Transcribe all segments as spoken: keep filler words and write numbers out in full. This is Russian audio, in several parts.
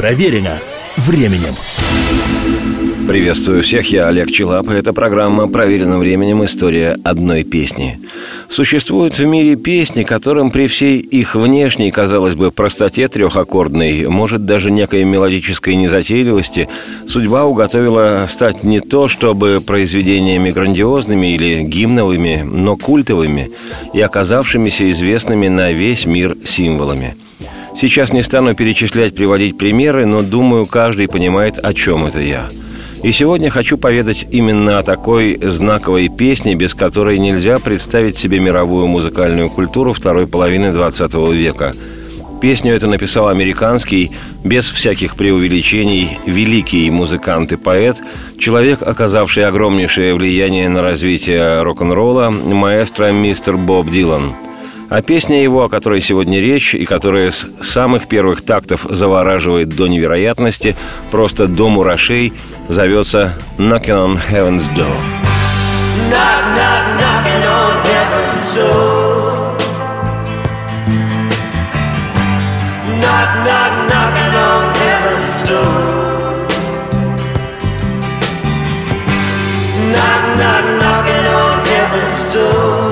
Проверено временем. Приветствую всех, я Олег Челап, и это программа «Проверено временем. История одной песни». Существуют в мире песни, которым при всей их внешней, казалось бы, простоте трехаккордной, может, даже некой мелодической незатейливости, судьба уготовила стать не то чтобы произведениями грандиозными или гимновыми, но культовыми и оказавшимися известными на весь мир символами. Сейчас не стану перечислять, приводить примеры, но, думаю, каждый понимает, о чем это я. И сегодня хочу поведать именно о такой знаковой песне, без которой нельзя представить себе мировую музыкальную культуру второй половины двадцатого века. Песню эту написал американский, без всяких преувеличений, великий музыкант и поэт, человек, оказавший огромнейшее влияние на развитие рок-н-ролла, маэстро мистер Боб Дилан. А песня его, о которой сегодня речь, и которая с самых первых тактов завораживает до невероятности, просто до мурашей, зовется «Knocking on Heaven's Door». Knock, knock, knocking on heaven's door. Knock, knock, knocking on heaven's door. Knock, knock, knocking on heaven's door.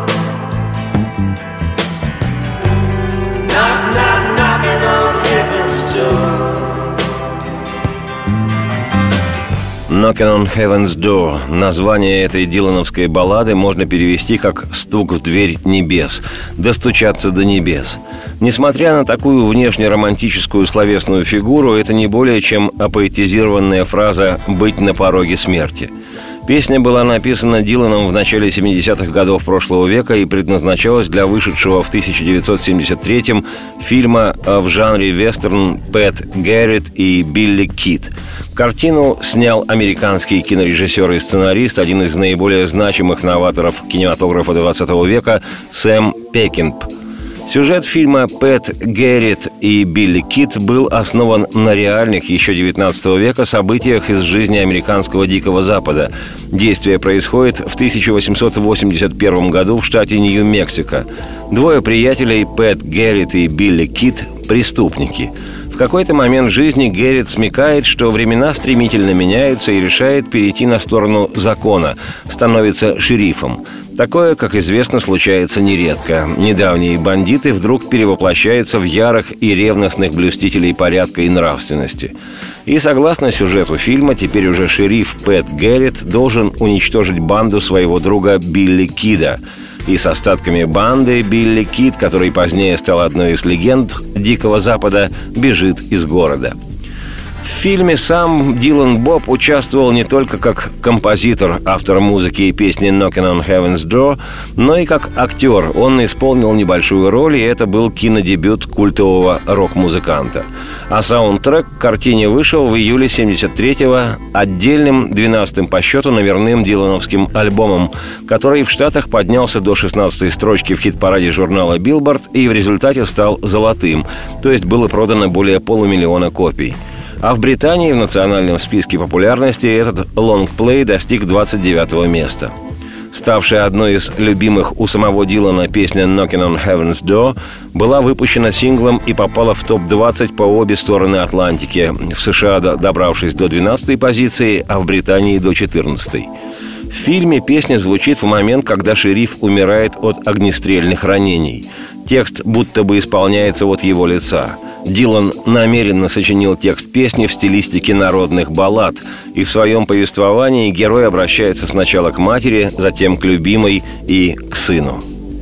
«Knocking on Heaven's Door» – название этой дилановской баллады можно перевести как «стук в дверь небес», «достучаться до небес». Несмотря на такую внешне романтическую словесную фигуру, это не более чем апоэтизированная фраза «быть на пороге смерти». Песня была написана Диланом в начале семидесятых годов прошлого века и предназначалась для вышедшего в тысяча девятьсот семьдесят третьем фильма в жанре вестерн «Пэт Гэрретт и Билли Кид». Картину снял американский кинорежиссер и сценарист, один из наиболее значимых новаторов кинематографа двадцатого века Сэм Пекинпа. Сюжет фильма «Пэт Гэрретт и Билли Кид» был основан на реальных еще девятнадцатого века событиях из жизни американского Дикого Запада. Действие происходит в тысяча восемьсот восемьдесят первом году в штате Нью-Мексико. Двое приятелей, Пэт Гэрретт и Билли Кид, преступники. В какой-то момент жизни Гэрретт смекает, что времена стремительно меняются, и решает перейти на сторону закона, становится шерифом. Такое, как известно, случается нередко. Недавние бандиты вдруг перевоплощаются в ярых и ревностных блюстителей порядка и нравственности. И согласно сюжету фильма, теперь уже шериф Пэт Гэрретт должен уничтожить банду своего друга Билли Кида. И с остатками банды Билли Кид, который позднее стал одной из легенд Дикого Запада, бежит из города. В фильме сам Дилан Боб участвовал не только как композитор, автор музыки и песни «Knocking on Heaven's Door», но и как актер. Он исполнил небольшую роль, и это был кинодебют культового рок-музыканта. А саундтрек к картине вышел в июле семьдесят третьего отдельным, двенадцатым по счету, номерным дилановским альбомом, который в Штатах поднялся до шестнадцатой строчки в хит-параде журнала Billboard и в результате стал золотым, то есть было продано более полумиллиона копий. А в Британии в национальном списке популярности этот лонгплей достиг двадцать девятого места. Ставшая одной из любимых у самого Дилана песня «Knocking on Heaven's Door» была выпущена синглом и попала в топ двадцать по обе стороны Атлантики, в США добравшись до двенадцатой позиции, а в Британии до четырнадцатой. В фильме песня звучит в момент, когда шериф умирает от огнестрельных ранений. Текст будто бы исполняется от его лица. Дилан намеренно сочинил текст песни в стилистике народных баллад, и в своем повествовании герой обращается сначала к матери, затем к любимой и к сыну.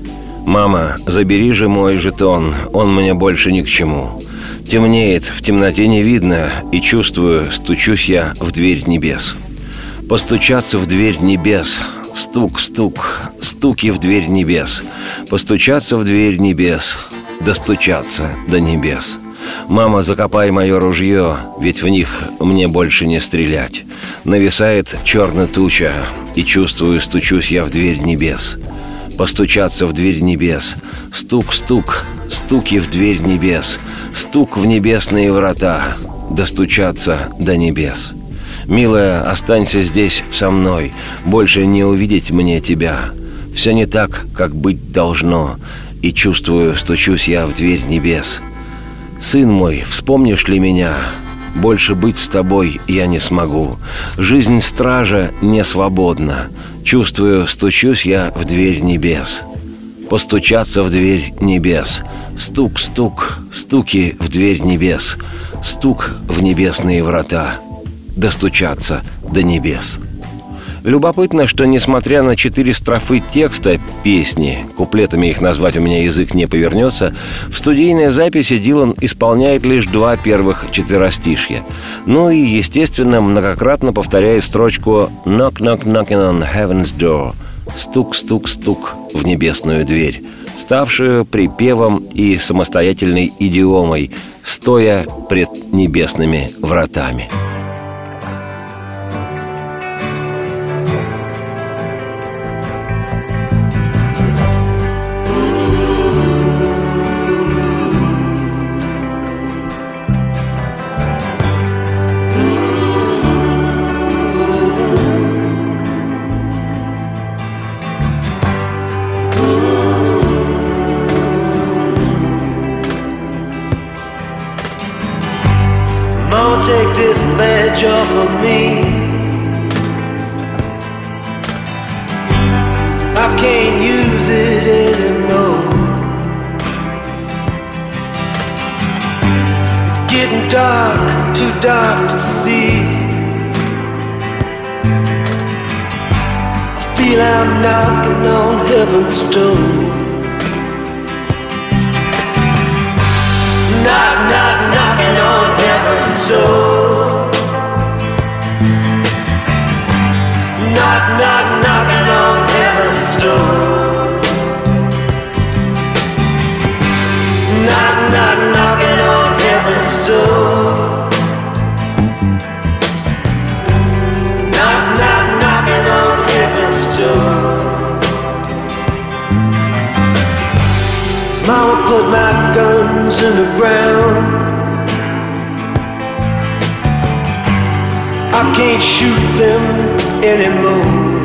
«Мама, забери же мой жетон, он мне больше ни к чему. Темнеет, в темноте не видно, и чувствую, стучусь я в дверь небес. Постучаться в дверь небес, стук, стук, стуки в дверь небес. Постучаться в дверь небес, достучаться до небес. Мама, закопай мое ружье, ведь в них мне больше не стрелять. Нависает черная туча, и чувствую, стучусь я в дверь небес. Постучаться в дверь небес, стук, стук, стуки в дверь небес, стук в небесные врата, достучаться до небес. Милая, останься здесь со мной, больше не увидеть мне тебя. Все не так, как быть должно, и чувствую, стучусь я в дверь небес. Сын мой, вспомнишь ли меня? Больше быть с тобой я не смогу. Жизнь стража не свободна. Чувствую, стучусь я в дверь небес. Постучаться в дверь небес. Стук, стук, стуки в дверь небес. Стук в небесные врата. Достучаться до небес. Любопытно, что несмотря на четыре строфы текста песни, куплетами их назвать у меня язык не повернется, в студийной записи Дилан исполняет лишь два первых четверостишья. Ну и, естественно, многократно повторяет строчку «Knock, knock, knocking on heaven's door» – «Стук-стук-стук в небесную дверь», ставшую припевом и самостоятельной идиомой, стоя пред небесными вратами. Mama, take this badge off of me. I can't use it anymore. It's getting dark, too dark to see. I feel I'm knocking on heaven's door. Knock, knock, knocking on heaven's door. Knock, knock, knocking on heaven's door. Knock, knock, knocking on heaven's door. Knock, knock, knocking on heaven's door. Mama put my guns in the ground. I can't shoot them anymore.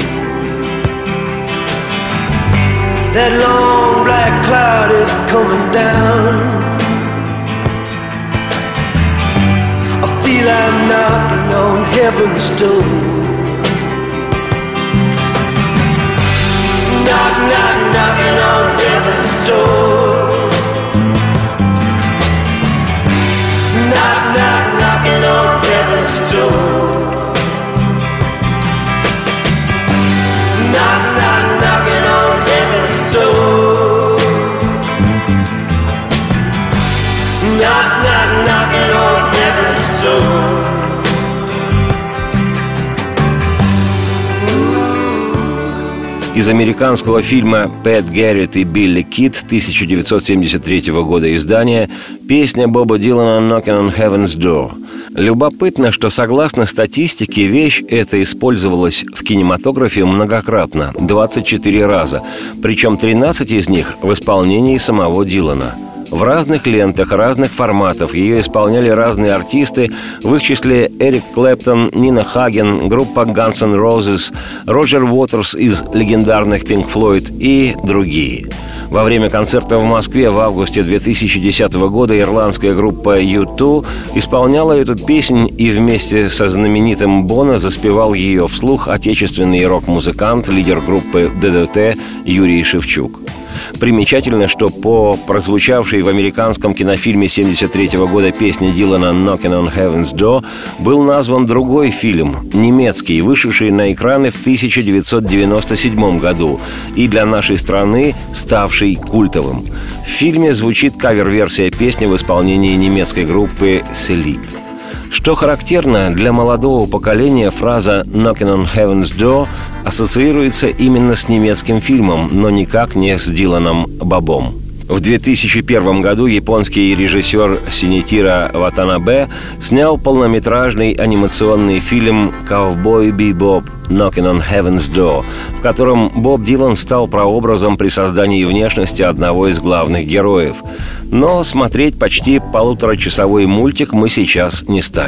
That long black cloud is coming down. I feel I'm knocking on heaven's door. Knock, knock, knocking on heaven's door. Knock, knock, knocking on heaven's door. Knock, knock, knocking on heaven's door. Knock, knock, knocking on heaven's door. Из американского фильма «Пэт Гэррит и Билли Кид» тысяча девятьсот семьдесят третьего года издания песня Боба Дилана «Knocking on Heaven's Door». Любопытно, что согласно статистике вещь эта использовалась в кинематографе многократно, двадцать четыре раза, причем тринадцать из них в исполнении самого Дилана. В разных лентах, разных форматов ее исполняли разные артисты, в их числе Эрик Клэптон, Нина Хаген, группа Guns N' Roses, Роджер Уотерс из легендарных Pink Floyd и другие. Во время концерта в Москве в августе две тысячи десятого года ирландская группа ю ту исполняла эту песнь, и вместе со знаменитым Боно заспевал ее вслух отечественный рок-музыкант, лидер группы дэ дэ тэ Юрий Шевчук. Примечательно, что по прозвучавшей в американском кинофильме семьдесят третьего года песне Дилана «Knocking on Heaven's Door» был назван другой фильм, немецкий, вышедший на экраны в тысяча девятьсот девяносто седьмом году и для нашей страны ставший культовым. В фильме звучит кавер-версия песни в исполнении немецкой группы «Селик». Что характерно, для молодого поколения фраза «Knocking on Heaven's Door» ассоциируется именно с немецким фильмом, но никак не с Диланом Бобом. В две тысячи первом году японский режиссер Синитиро Ватанабе снял полнометражный анимационный фильм «Ковбой Бибоп. Knocking on Heaven's Door», в котором Боб Дилан стал прообразом при создании внешности одного из главных героев. Но смотреть почти полуторачасовой мультик мы сейчас не станем.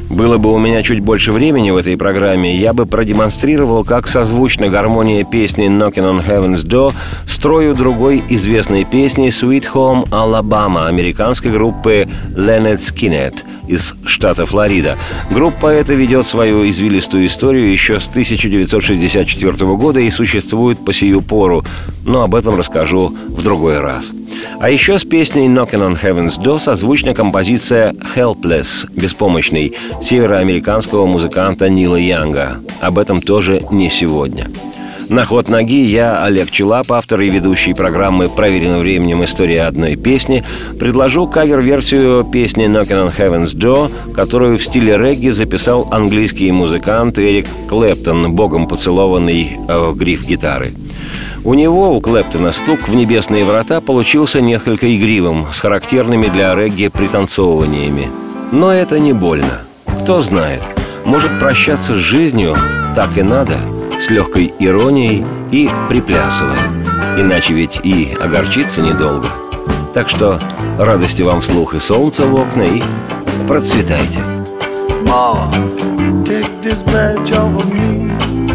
Было бы у меня чуть больше времени в этой программе, я бы продемонстрировал, как созвучна гармония песни «Knocking on Heaven's Door» строю другой известной песни «Sweet Home Alabama» американской группы Lynyrd Skynyrd из штата Флорида. Группа эта ведет свою извилистую историю еще с тысяча девятьсот шестьдесят четвёртого года и существует по сию пору, но об этом расскажу в другой раз. А еще с песней «Knocking on Heaven's Door» созвучна композиция «Helpless» — «Беспомощный» североамериканского музыканта Нила Янга. Об этом тоже не сегодня. На ход ноги я, Олег Челап, автор и ведущий программы «Проверено временем. История одной песни», предложу кавер-версию песни «Knocking on Heaven's Door», которую в стиле регги записал английский музыкант Эрик Клэптон, богом поцелованный в гриф гитары. У него, у Клэптона, стук в небесные врата получился несколько игривым, с характерными для регги пританцовываниями. Но это не больно. Кто знает, может, прощаться с жизнью так и надо, с легкой иронией и приплясывая. Иначе ведь и огорчиться недолго. Так что радости вам вслух и солнца в окна, и процветайте. Mom, take this badge off of me.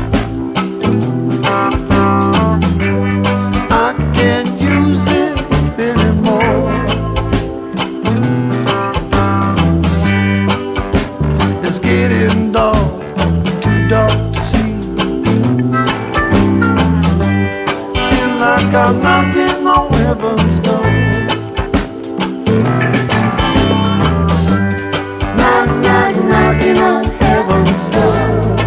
I can't use it anymore. It's getting dark, too dark to see. Feel like I'm knocking on heaven's door. Knock, knock, knocking on heaven's door.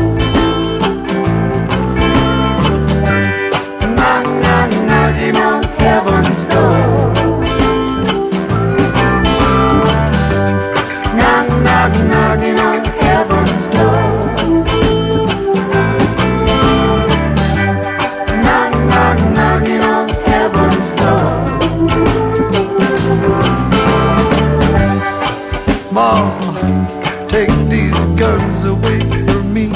Knock, knock, knocking on heaven's door. Knock, knock, knocking on heaven's door. Knock, knock, knocking on heaven's door. Mom, take these guns away from me.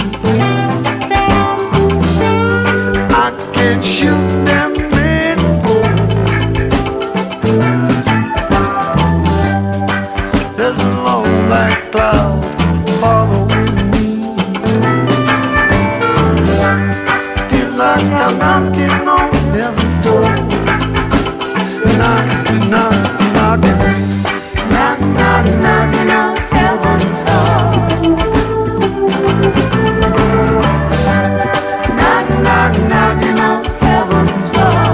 I can't shoot them anymore. There's a long black cloud following me. Feel like I'm knocking on heaven's door. Knock, knock, knocking. Knock, knock, knocking on heaven's door. Knock, knock, knocking on heaven's door.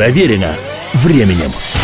Проверено временем.